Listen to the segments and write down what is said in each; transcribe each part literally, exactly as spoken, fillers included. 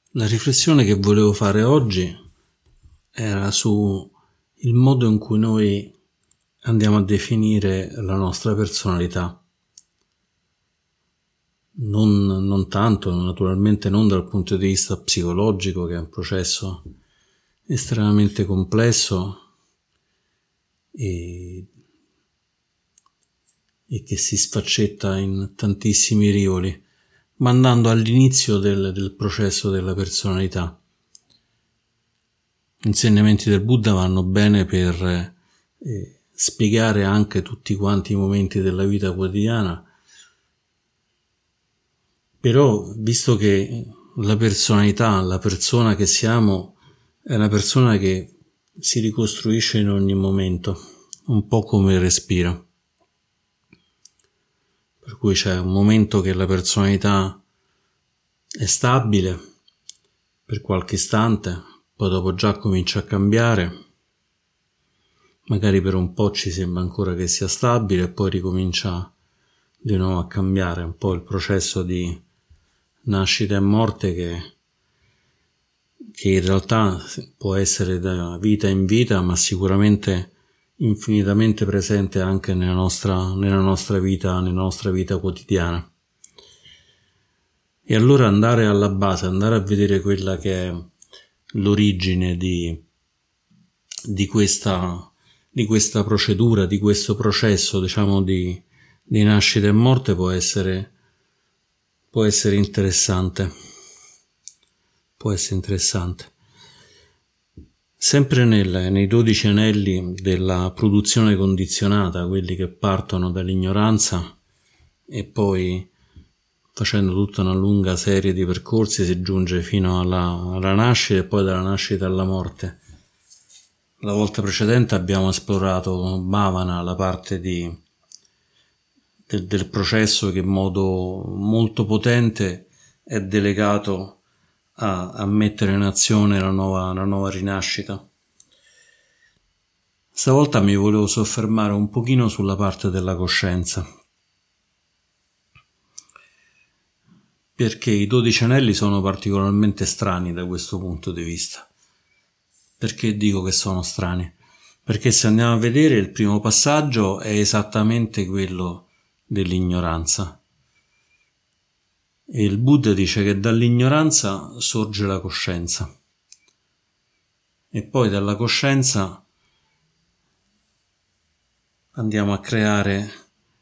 La riflessione che volevo fare oggi era su il modo in cui noi andiamo a definire la nostra personalità. Non, non tanto, naturalmente non dal punto di vista psicologico, che è un processo estremamente complesso e, e che si sfaccetta in tantissimi rivoli, ma andando all'inizio del, del processo della personalità. Gli insegnamenti del Buddha vanno bene per eh, spiegare anche tutti quanti i momenti della vita quotidiana, però visto che la personalità, la persona che siamo, è una persona che si ricostruisce in ogni momento, un po' come il respiro. Per cui c'è un momento che la personalità è stabile per qualche istante, poi dopo già comincia a cambiare, magari per un po' ci sembra ancora che sia stabile e poi ricomincia di nuovo a cambiare, un po' il processo di nascita e morte che, che in realtà può essere da vita in vita, ma sicuramente infinitamente presente anche nella nostra, nella nostra vita, nella nostra vita quotidiana. E allora andare alla base, andare a vedere quella che è l'origine di, di questa, di questa procedura, di questo processo, diciamo, di, di nascita e morte può essere, può essere interessante. Può essere interessante. Sempre nel, nei dodici anelli della produzione condizionata, quelli che partono dall'ignoranza e poi facendo tutta una lunga serie di percorsi si giunge fino alla, alla nascita e poi dalla nascita alla morte. La volta precedente abbiamo esplorato Bhavana, la parte di, del, del processo che in modo molto potente è delegato a, a mettere in azione la nuova, la nuova rinascita. Stavolta mi volevo soffermare un pochino sulla parte della coscienza, perché i dodici anelli sono particolarmente strani da questo punto di vista. Perché dico che sono strani? Perché se andiamo a vedere il primo passaggio è esattamente quello dell'ignoranza. E il Buddha dice che dall'ignoranza sorge la coscienza. E poi dalla coscienza andiamo a creare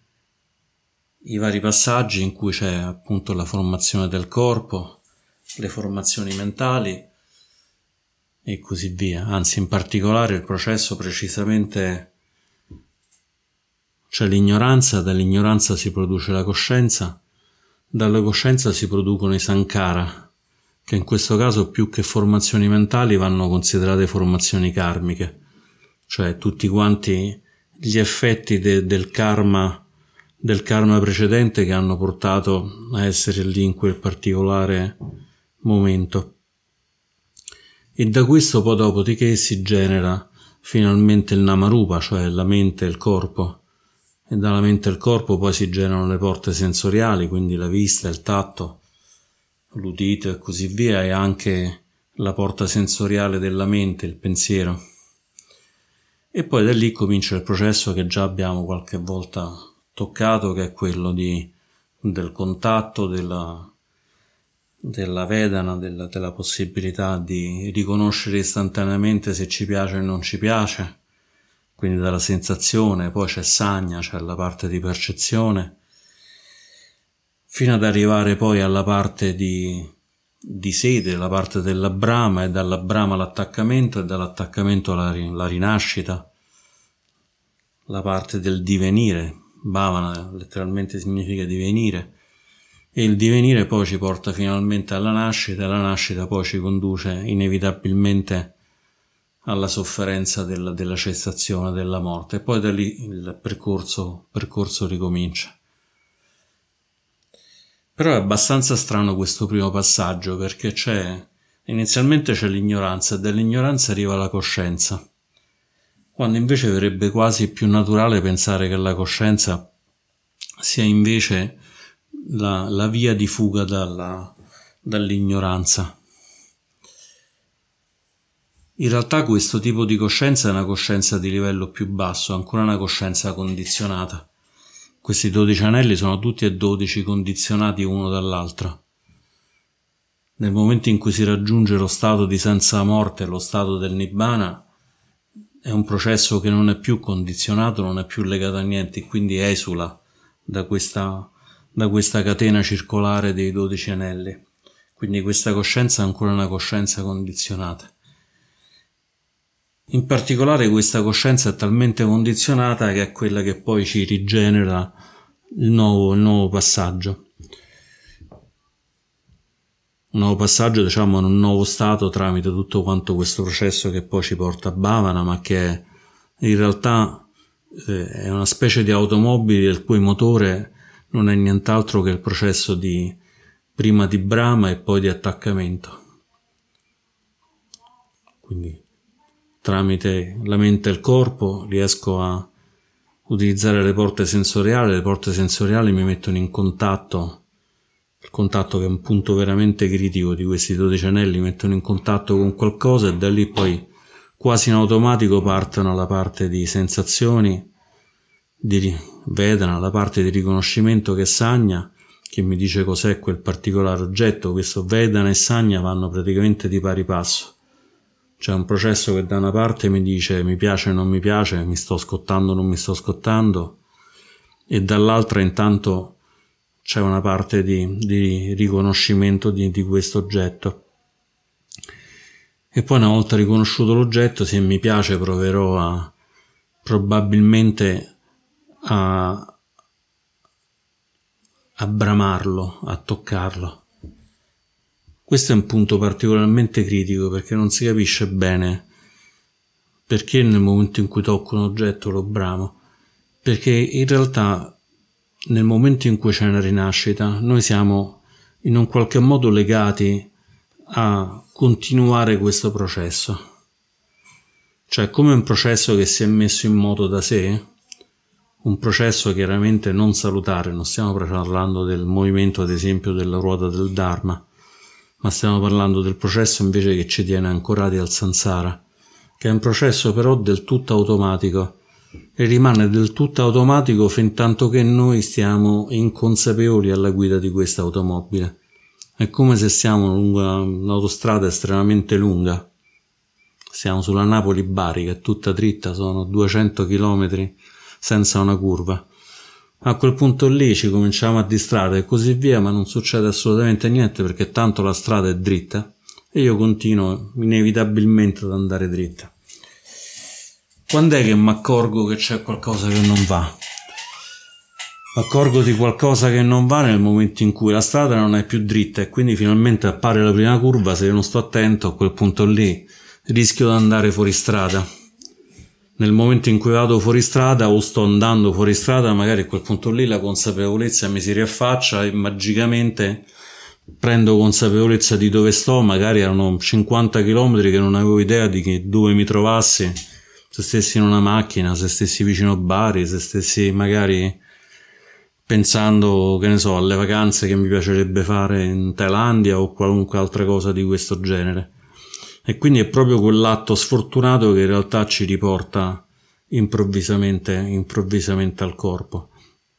i vari passaggi in cui c'è appunto la formazione del corpo, le formazioni mentali e così via. Anzi, in particolare il processo precisamente c'è l'ignoranza, dall'ignoranza si produce la coscienza, dalla coscienza si producono i sankhara, che in questo caso più che formazioni mentali vanno considerate formazioni karmiche, cioè tutti quanti gli effetti de- del karma del karma precedente che hanno portato a essere lì in quel particolare momento. E da questo poi dopodiché si genera finalmente il Namarupa, cioè la mente e il corpo, e dalla mente e il corpo poi si generano le porte sensoriali, quindi la vista, il tatto, l'udito e così via, e anche la porta sensoriale della mente, il pensiero. E poi da lì comincia il processo che già abbiamo qualche volta toccato, che è quello di, del contatto, della, della vedana, della, della possibilità di riconoscere istantaneamente se ci piace o non ci piace, quindi dalla sensazione. Poi c'è Sanya, c'è la parte di percezione, fino ad arrivare poi alla parte di, di sede, la parte della Brahma, e dalla Brahma l'attaccamento, e dall'attaccamento la, la rinascita, la parte del divenire. Bhavana letteralmente significa divenire, e il divenire poi ci porta finalmente alla nascita, e la nascita poi ci conduce inevitabilmente alla sofferenza della, della cessazione della morte, e poi da lì il percorso, percorso ricomincia. Però è abbastanza strano questo primo passaggio, perché c'è inizialmente c'è l'ignoranza, e dall'ignoranza arriva la coscienza, quando invece verrebbe quasi più naturale pensare che la coscienza sia invece la, la via di fuga dalla, dall'ignoranza. In realtà questo tipo di coscienza è una coscienza di livello più basso, ancora una coscienza condizionata. Questi dodici anelli sono tutti e dodici condizionati uno dall'altro. Nel momento in cui si raggiunge lo stato di senza morte, lo stato del Nibbana, è un processo che non è più condizionato, non è più legato a niente, quindi esula da questa, da questa catena circolare dei dodici anelli. Quindi questa coscienza è ancora una coscienza condizionata. In particolare questa coscienza è talmente condizionata che è quella che poi ci rigenera il nuovo, il nuovo passaggio. Un nuovo passaggio, diciamo, in un nuovo stato tramite tutto quanto questo processo che poi ci porta a Bhavana, ma che in realtà eh, è una specie di automobile il cui motore non è nient'altro che il processo di prima di brama e poi di attaccamento. Quindi tramite la mente e il corpo riesco a utilizzare le porte sensoriali, le porte sensoriali mi mettono in contatto, il contatto che è un punto veramente critico di questi dodici anelli, mi mettono in contatto con qualcosa e da lì poi quasi in automatico partono la parte di sensazioni, di vedana, la parte di riconoscimento che Sagna, che mi dice cos'è quel particolare oggetto. Questo vedana e Sagna vanno praticamente di pari passo. C'è un processo che da una parte mi dice mi piace o non mi piace, mi sto scottando o non mi sto scottando, e dall'altra intanto c'è una parte di, di riconoscimento di, di questo oggetto. E poi una volta riconosciuto l'oggetto, se mi piace proverò a probabilmente a, a bramarlo, a toccarlo. Questo è un punto particolarmente critico perché non si capisce bene perché nel momento in cui tocco un oggetto lo bramo, perché in realtà nel momento in cui c'è una rinascita noi siamo in un qualche modo legati a continuare questo processo, cioè come un processo che si è messo in moto da sé, un processo chiaramente non salutare. Non stiamo parlando del movimento ad esempio della ruota del Dharma, ma stiamo parlando del processo invece che ci tiene ancorati al samsara, che è un processo però del tutto automatico e rimane del tutto automatico fin tanto che noi stiamo inconsapevoli alla guida di questa automobile. È come se stiamo lungo un'autostrada estremamente lunga, siamo sulla Napoli-Bari che è tutta dritta, sono duecento chilometri senza una curva. A quel punto lì ci cominciamo a distrarre e così via, ma non succede assolutamente niente perché tanto la strada è dritta e io continuo inevitabilmente ad andare dritta. Quando è che mi accorgo che c'è qualcosa che non va? Mi accorgo di qualcosa che non va nel momento in cui la strada non è più dritta e quindi finalmente appare la prima curva. Se io non sto attento, a quel punto lì rischio di andare fuori strada. Nel momento in cui vado fuori strada o sto andando fuori strada, magari a quel punto lì la consapevolezza mi si riaffaccia e magicamente prendo consapevolezza di dove sto. Magari erano cinquanta chilometri che non avevo idea di che, dove mi trovassi, se stessi in una macchina, se stessi vicino a Bari, se stessi magari pensando, che ne so, alle vacanze che mi piacerebbe fare in Thailandia o qualunque altra cosa di questo genere. E quindi è proprio quell'atto sfortunato che in realtà ci riporta improvvisamente, improvvisamente al corpo.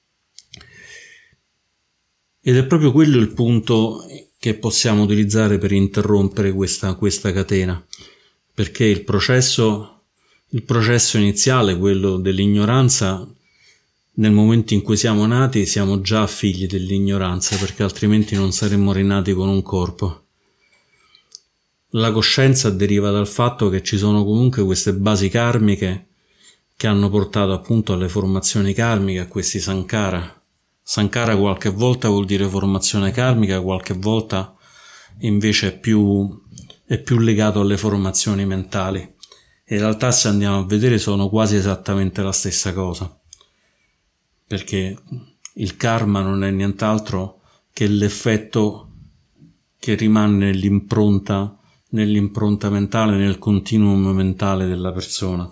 Ed è proprio quello il punto che possiamo utilizzare per interrompere questa, questa catena, perché il processo, il processo iniziale, quello dell'ignoranza, nel momento in cui siamo nati siamo già figli dell'ignoranza, perché altrimenti non saremmo rinati con un corpo. La coscienza deriva dal fatto che ci sono comunque queste basi karmiche che hanno portato appunto alle formazioni karmiche, a questi sankara. Sankara qualche volta vuol dire formazione karmica, qualche volta invece è più, è più legato alle formazioni mentali. In realtà, se andiamo a vedere, sono quasi esattamente la stessa cosa, perché il karma non è nient'altro che l'effetto che rimane nell'impronta nell'impronta mentale, nel continuum mentale della persona,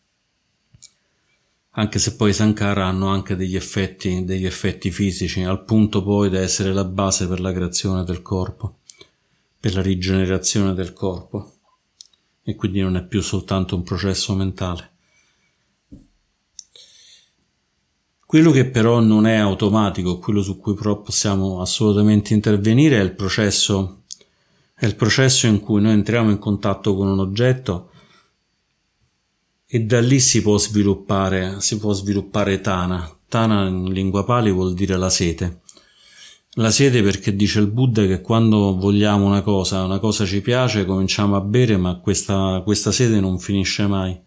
anche se poi i sankara hanno anche degli effetti degli effetti fisici, al punto poi da essere la base per la creazione del corpo, per la rigenerazione del corpo. e quindi non è più soltanto un processo mentale. Quello che però non è automatico, quello su cui però possiamo assolutamente intervenire, è il processo, è il processo in cui noi entriamo in contatto con un oggetto e da lì si può sviluppare, si può sviluppare Tana. Tana in lingua Pali vuol dire la sete. La sete perché dice il Buddha che quando vogliamo una cosa, una cosa ci piace, cominciamo a bere, ma questa, questa sete non finisce mai.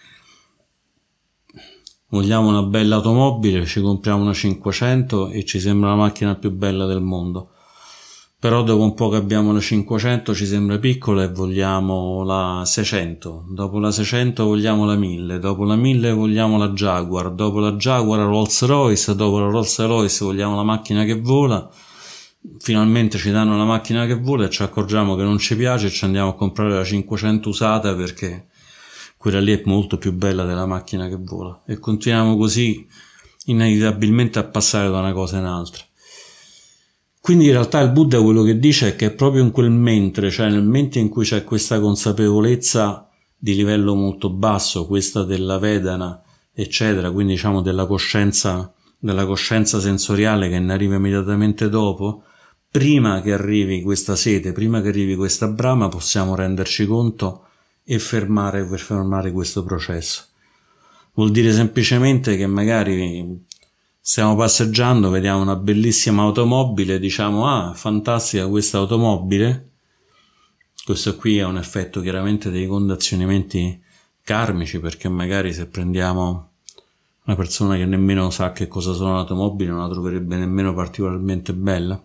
Vogliamo una bella automobile, ci compriamo una cinquecento e ci sembra la macchina più bella del mondo. Però dopo un po' che abbiamo la cinquecento ci sembra piccola e vogliamo la seicento. Dopo la seicento vogliamo la mille, dopo la mille vogliamo la Jaguar, dopo la Jaguar la Rolls Royce, dopo la Rolls Royce vogliamo la macchina che vola. Finalmente ci danno la macchina che vola e ci accorgiamo che non ci piace e ci andiamo a comprare la cinquecento usata perché quella lì è molto più bella della macchina che vola, e continuiamo così inevitabilmente a passare da una cosa in altra. Quindi in realtà il Buddha quello che dice è che è proprio in quel mentre, cioè nel momento in cui c'è questa consapevolezza di livello molto basso, questa della Vedana eccetera, quindi diciamo della coscienza della coscienza sensoriale che ne arriva immediatamente dopo, prima che arrivi questa sete, prima che arrivi questa brama, possiamo renderci conto e fermare per fermare questo processo. Vuol dire semplicemente che magari stiamo passeggiando, vediamo una bellissima automobile, diciamo ah, fantastica questa automobile. Questo qui è un effetto chiaramente dei condizionamenti karmici, perché magari se prendiamo una persona che nemmeno sa che cosa sono un'automobile non la troverebbe nemmeno particolarmente bella,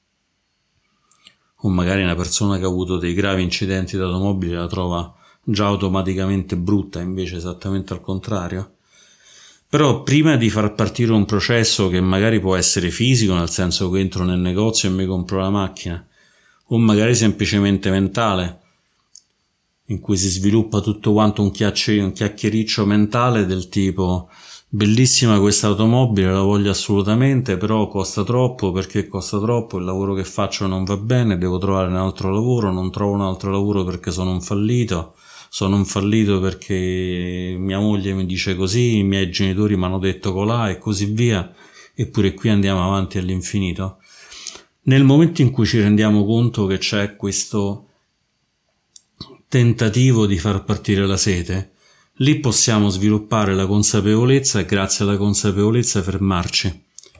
o magari una persona che ha avuto dei gravi incidenti d'automobile la trova già automaticamente brutta, invece esattamente al contrario. Però prima di far partire un processo che magari può essere fisico, nel senso che entro nel negozio e mi compro la macchina, o magari semplicemente mentale, in cui si sviluppa tutto quanto un, chiacchier- un chiacchiericcio mentale del tipo bellissima questa automobile, la voglio assolutamente, però costa troppo, perché costa troppo, il lavoro che faccio non va bene, devo trovare un altro lavoro, non trovo un altro lavoro perché sono un fallito, sono un fallito perché mia moglie mi dice così, i miei genitori mi hanno detto colà e così via, eppure qui andiamo avanti all'infinito. Nel momento in cui ci rendiamo conto che c'è questo tentativo di far partire la sete, lì possiamo sviluppare la consapevolezza e grazie alla consapevolezza fermarci.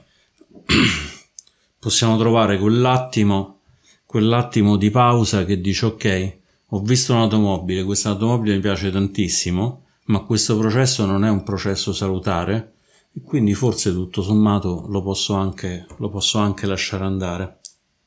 Possiamo trovare quell'attimo, quell'attimo di pausa che dice ok, ho visto un'automobile, questa automobile mi piace tantissimo, ma questo processo non è un processo salutare e quindi forse tutto sommato lo posso anche, lo posso anche lasciare andare.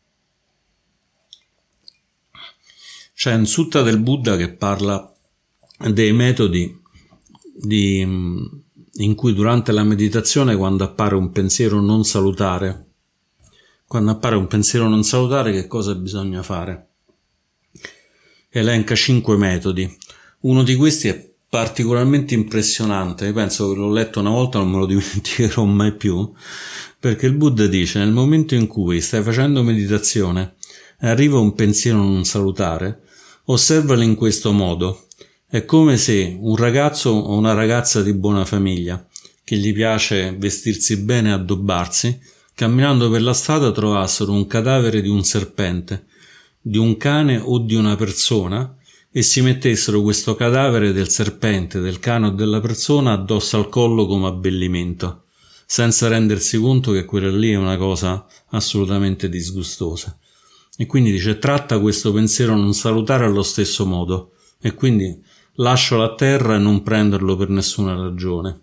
C'è un sutta del Buddha che parla dei metodi di, in cui durante la meditazione, quando appare un pensiero non salutare, quando appare un pensiero non salutare, che cosa bisogna fare? Elenca cinque metodi. Uno di questi è particolarmente impressionante, io penso che l'ho letto una volta, non me lo dimenticherò mai più, perché il Buddha dice: nel momento in cui stai facendo meditazione e arriva un pensiero non salutare, osservalo in questo modo. È come se un ragazzo o una ragazza di buona famiglia, che gli piace vestirsi bene e addobbarsi, camminando per la strada trovassero un cadavere di un serpente, di un cane o di una persona e si mettessero questo cadavere del serpente, del cane o della persona addosso al collo come abbellimento, senza rendersi conto che quella lì è una cosa assolutamente disgustosa. E quindi dice: tratta questo pensiero non salutare allo stesso modo, e quindi lascialo a terra e non prenderlo per nessuna ragione.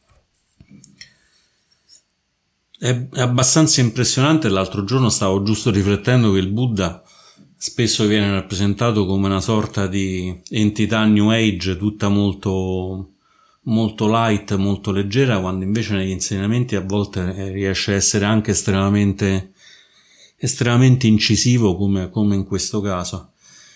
È abbastanza impressionante. L'altro giorno stavo giusto riflettendo che il Buddha spesso viene rappresentato come una sorta di entità New Age, tutta molto molto light, molto leggera, quando invece negli insegnamenti a volte riesce a essere anche estremamente estremamente incisivo, come, come in questo caso.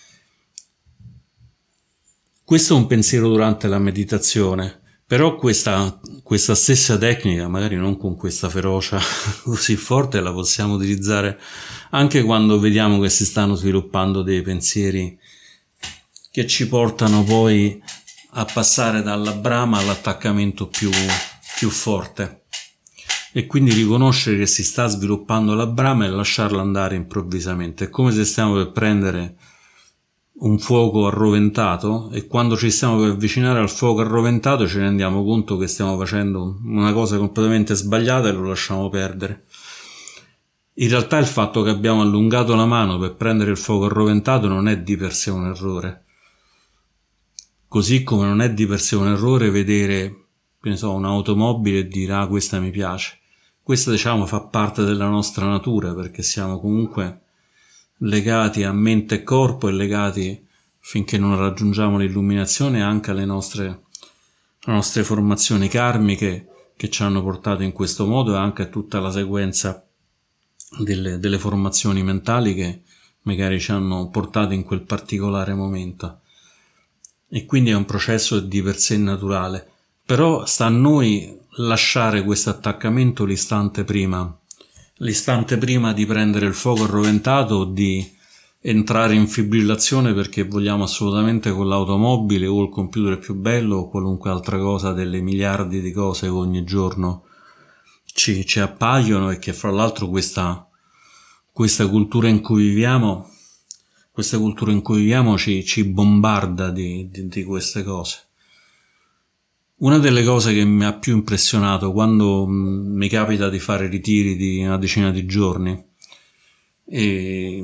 Questo è un pensiero durante la meditazione, però questa, questa stessa tecnica, magari non con questa ferocia così forte, la possiamo utilizzare anche quando vediamo che si stanno sviluppando dei pensieri che ci portano poi a passare dalla brama all'attaccamento più, più forte, e quindi riconoscere che si sta sviluppando la brama e lasciarla andare improvvisamente. È come se stiamo per prendere un fuoco arroventato e quando ci stiamo per avvicinare al fuoco arroventato ci rendiamo conto che stiamo facendo una cosa completamente sbagliata e lo lasciamo perdere. In realtà il fatto che abbiamo allungato la mano per prendere il fuoco arroventato non è di per sé un errore, così come non è di per sé un errore vedere, che ne so, un'automobile e dire ah, questa mi piace. Questa, diciamo, fa parte della nostra natura, perché siamo comunque legati a mente e corpo e legati, finché non raggiungiamo l'illuminazione, anche alle nostre, alle nostre formazioni karmiche che ci hanno portato in questo modo, e anche a tutta la sequenza delle, delle formazioni mentali che magari ci hanno portato in quel particolare momento. E quindi è un processo di per sé naturale, però sta a noi lasciare questo attaccamento l'istante prima l'istante prima di prendere il fuoco arroventato o di entrare in fibrillazione perché vogliamo assolutamente con l'automobile o il computer più bello o qualunque altra cosa delle miliardi di cose che ogni giorno ci, ci appaiono, e che fra l'altro questa, questa cultura in cui viviamo questa cultura in cui viviamo ci, ci bombarda di, di, di queste cose. Una delle cose che mi ha più impressionato quando mh, mi capita di fare ritiri di una decina di giorni e,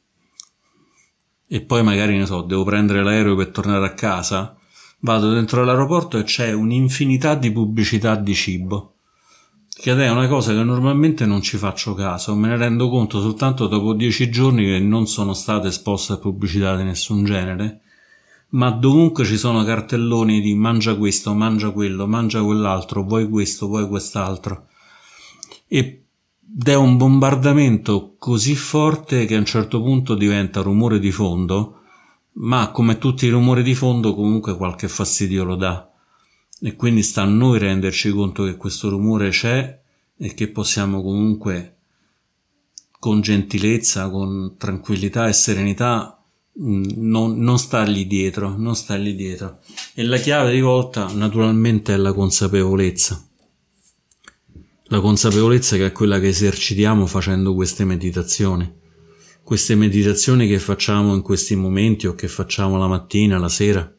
e poi magari, ne so, devo prendere l'aereo per tornare a casa, vado dentro l'aeroporto e c'è un'infinità di pubblicità di cibo, che è una cosa che normalmente non ci faccio caso, me ne rendo conto soltanto dopo dieci giorni che non sono state esposte a pubblicità di nessun genere, ma dovunque ci sono cartelloni di mangia questo, mangia quello, mangia quell'altro, vuoi questo, vuoi quest'altro, ed è un bombardamento così forte che a un certo punto diventa rumore di fondo, ma come tutti i rumori di fondo comunque qualche fastidio lo dà, e quindi sta a noi renderci conto che questo rumore c'è e che possiamo comunque con gentilezza, con tranquillità e serenità Non, non stargli dietro, non stargli dietro. E la chiave di volta naturalmente è la consapevolezza. La consapevolezza che è quella che esercitiamo facendo queste meditazioni. Queste meditazioni che facciamo in questi momenti o che facciamo la mattina, la sera,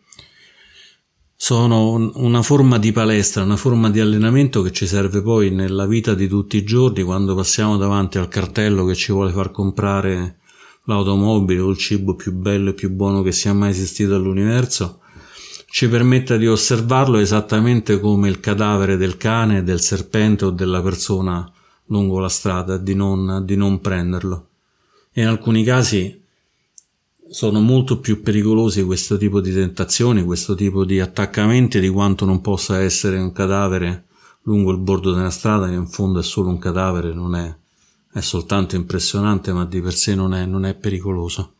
sono una forma di palestra, una forma di allenamento che ci serve poi nella vita di tutti i giorni, quando passiamo davanti al cartello che ci vuole far comprare l'automobile o il cibo più bello e più buono che sia mai esistito all'universo, ci permette di osservarlo esattamente come il cadavere del cane, del serpente o della persona lungo la strada, di non, di non prenderlo. E in alcuni casi sono molto più pericolosi questo tipo di tentazioni, questo tipo di attaccamenti, di quanto non possa essere un cadavere lungo il bordo della strada, che in fondo è solo un cadavere, non è è soltanto impressionante, ma di per sé non è, non è pericoloso.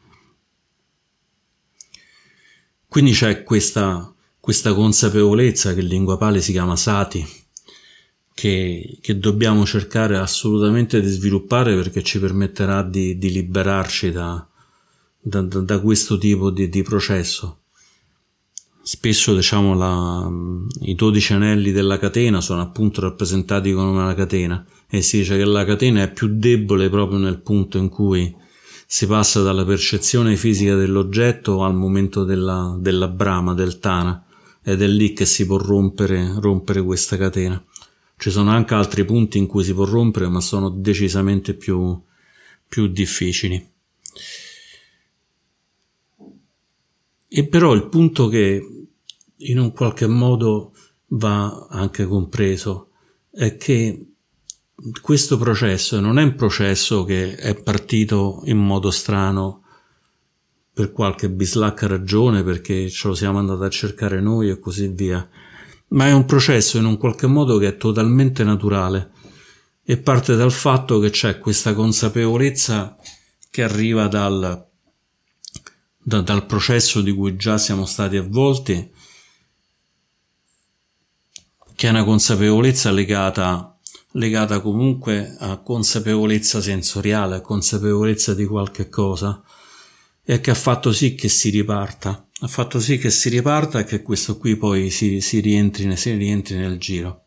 Quindi c'è questa, questa consapevolezza che in lingua pali si chiama sati, che, che dobbiamo cercare assolutamente di sviluppare, perché ci permetterà di, di liberarci da, da, da questo tipo di, di processo. Spesso, diciamo, la, i dodici anelli della catena sono appunto rappresentati come una catena, e si dice che la catena è più debole proprio nel punto in cui si passa dalla percezione fisica dell'oggetto al momento della, della brama, del tana, ed è lì che si può rompere, rompere questa catena. Ci sono anche altri punti in cui si può rompere, ma sono decisamente più, più difficili. E però il punto che in un qualche modo va anche compreso è che questo processo non è un processo che è partito in modo strano per qualche bislacca ragione, perché ce lo siamo andati a cercare noi e così via, ma è un processo in un qualche modo che è totalmente naturale e parte dal fatto che c'è questa consapevolezza che arriva dal, da, dal processo di cui già siamo stati avvolti, che è una consapevolezza legata legata comunque a consapevolezza sensoriale, a consapevolezza di qualche cosa, e che ha fatto sì che si riparta, ha fatto sì che si riparta e che questo qui poi si, si, rientri, si rientri nel giro.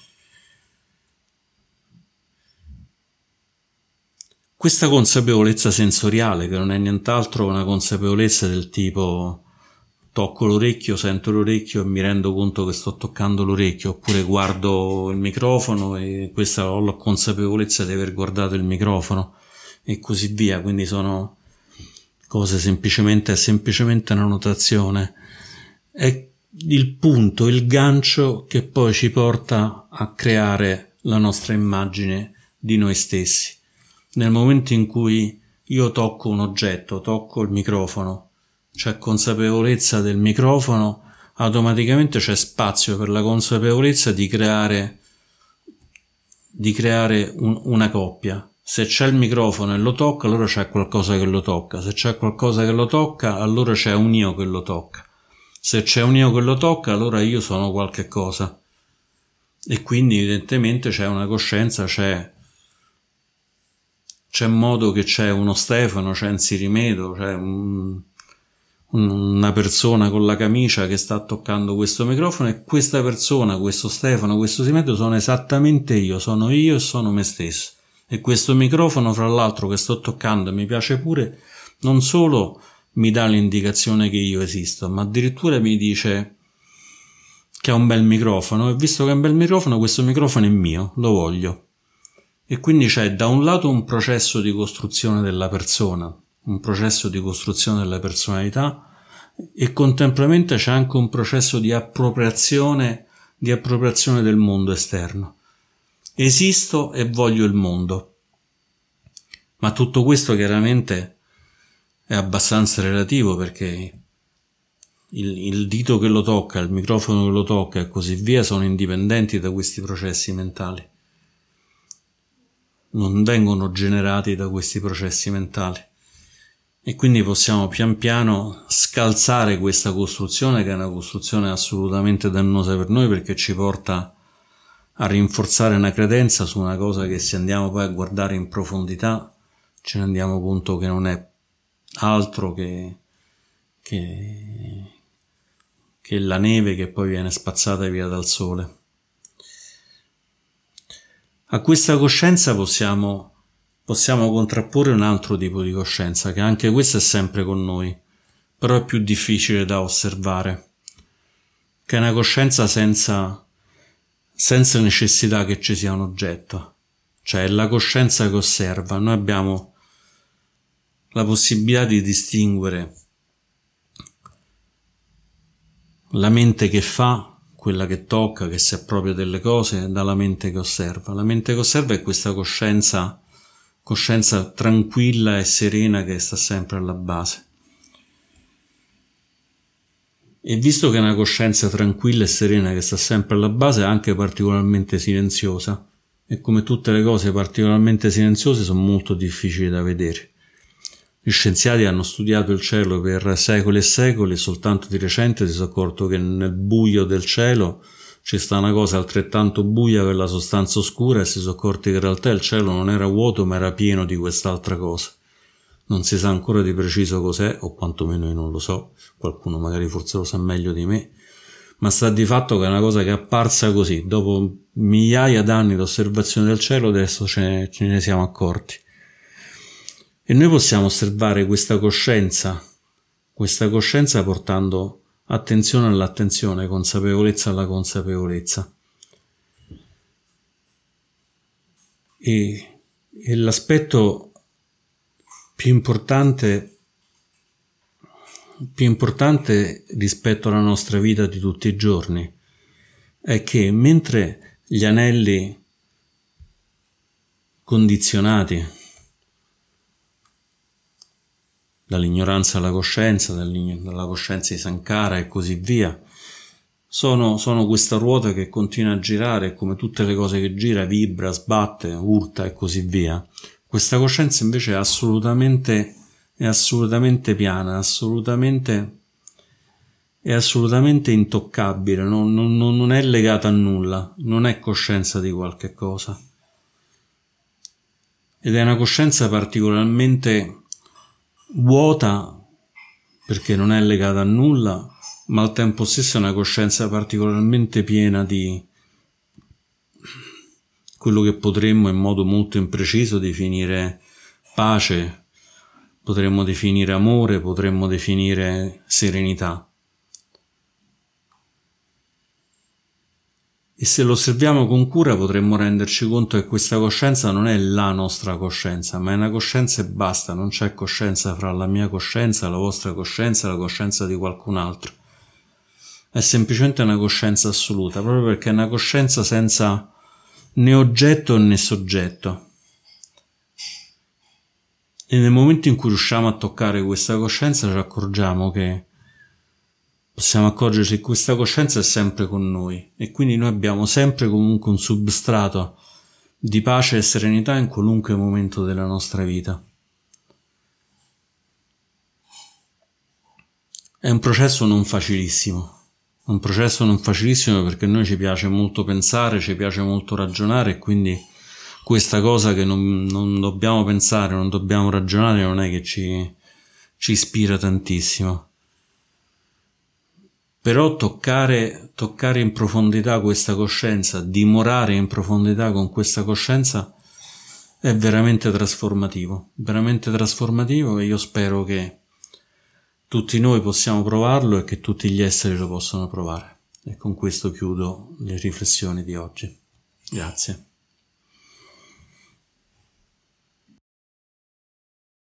Questa consapevolezza sensoriale, che non è nient'altro una consapevolezza del tipo tocco l'orecchio, sento l'orecchio e mi rendo conto che sto toccando l'orecchio, oppure guardo il microfono e questa ho la consapevolezza di aver guardato il microfono e così via. Quindi sono cose semplicemente, è semplicemente una notazione. È il punto, il gancio che poi ci porta a creare la nostra immagine di noi stessi. Nel momento in cui io tocco un oggetto, tocco il microfono, c'è consapevolezza del microfono, automaticamente c'è spazio per la consapevolezza di creare di creare un, una coppia. Se c'è il microfono e lo tocca, allora c'è qualcosa che lo tocca. Se c'è qualcosa che lo tocca, allora c'è un io che lo tocca. Se c'è un io che lo tocca, allora io sono qualche cosa. E quindi evidentemente c'è una coscienza, c'è c'è modo che c'è uno Stefano, c'è un Sirimedo, c'è un una persona con la camicia che sta toccando questo microfono, e questa persona, questo Stefano, questo Simedo sono esattamente io, sono io e sono me stesso. E questo microfono, fra l'altro, che sto toccando, mi piace pure, non solo mi dà l'indicazione che io esisto, ma addirittura mi dice che è un bel microfono, e visto che è un bel microfono, questo microfono è mio, lo voglio. E quindi c'è da un lato un processo di costruzione della persona, un processo di costruzione della personalità, e contemporaneamente c'è anche un processo di appropriazione di appropriazione del mondo esterno. Esisto e voglio il mondo, ma tutto questo chiaramente è abbastanza relativo, perché il, il dito che lo tocca, il microfono che lo tocca e così via sono indipendenti da questi processi mentali, non vengono generati da questi processi mentali. E quindi possiamo pian piano scalzare questa costruzione, che è una costruzione assolutamente dannosa per noi, perché ci porta a rinforzare una credenza su una cosa che, se andiamo poi a guardare in profondità, ci rendiamo conto che non è altro che, che, che la neve che poi viene spazzata via dal sole. A questa coscienza possiamo Possiamo contrapporre un altro tipo di coscienza, che anche questa è sempre con noi, però è più difficile da osservare, che è una coscienza senza, senza necessità che ci sia un oggetto, cioè è la coscienza che osserva. Noi abbiamo la possibilità di distinguere la mente che fa, quella che tocca, che si appropria delle cose, dalla mente che osserva. La mente che osserva è questa coscienza coscienza tranquilla e serena che sta sempre alla base. E visto che è una coscienza tranquilla e serena che sta sempre alla base, è anche particolarmente silenziosa, e come tutte le cose particolarmente silenziose sono molto difficili da vedere. Gli scienziati hanno studiato il cielo per secoli e secoli, e soltanto di recente si sono accorto che nel buio del cielo c'è sta una cosa altrettanto buia per la sostanza oscura, e si sono accorti che in realtà il cielo non era vuoto ma era pieno di quest'altra cosa. Non si sa ancora di preciso cos'è, o quantomeno io non lo so, qualcuno magari forse lo sa meglio di me, ma sta di fatto che è una cosa che è apparsa così, dopo migliaia d'anni di osservazione del cielo, adesso ce ne, ce ne siamo accorti. E noi possiamo osservare questa coscienza, questa coscienza portando attenzione all'attenzione, consapevolezza alla consapevolezza. E, e l'aspetto più importante, più importante rispetto alla nostra vita di tutti i giorni è che mentre gli anelli condizionati dall'ignoranza alla coscienza, dalla coscienza di Sankara e così via, sono, sono questa ruota che continua a girare, e come tutte le cose che gira vibra, sbatte, urta e così via. Questa coscienza invece è assolutamente, è assolutamente piana, assolutamente, è assolutamente intoccabile, non, non, non è legata a nulla, non è coscienza di qualche cosa. Ed è una coscienza particolarmente vuota perché non è legata a nulla, ma al tempo stesso è una coscienza particolarmente piena di quello che potremmo in modo molto impreciso definire pace, potremmo definire amore, potremmo definire serenità. E se lo osserviamo con cura potremmo renderci conto che questa coscienza non è la nostra coscienza, ma è una coscienza e basta, non c'è coscienza fra la mia coscienza, la vostra coscienza e la coscienza di qualcun altro. È semplicemente una coscienza assoluta, proprio perché è una coscienza senza né oggetto né soggetto. E nel momento in cui riusciamo a toccare questa coscienza ci accorgiamo che possiamo accorgerci che questa coscienza è sempre con noi e quindi noi abbiamo sempre comunque un substrato di pace e serenità in qualunque momento della nostra vita. È un processo non facilissimo, un processo non facilissimo perché a noi ci piace molto pensare, ci piace molto ragionare e quindi questa cosa che non, non dobbiamo pensare, non dobbiamo ragionare non è che ci, ci ispira tantissimo. Però toccare, toccare in profondità questa coscienza, dimorare in profondità con questa coscienza è veramente trasformativo, veramente trasformativo e io spero che tutti noi possiamo provarlo e che tutti gli esseri lo possano provare. E con questo chiudo le riflessioni di oggi. Grazie.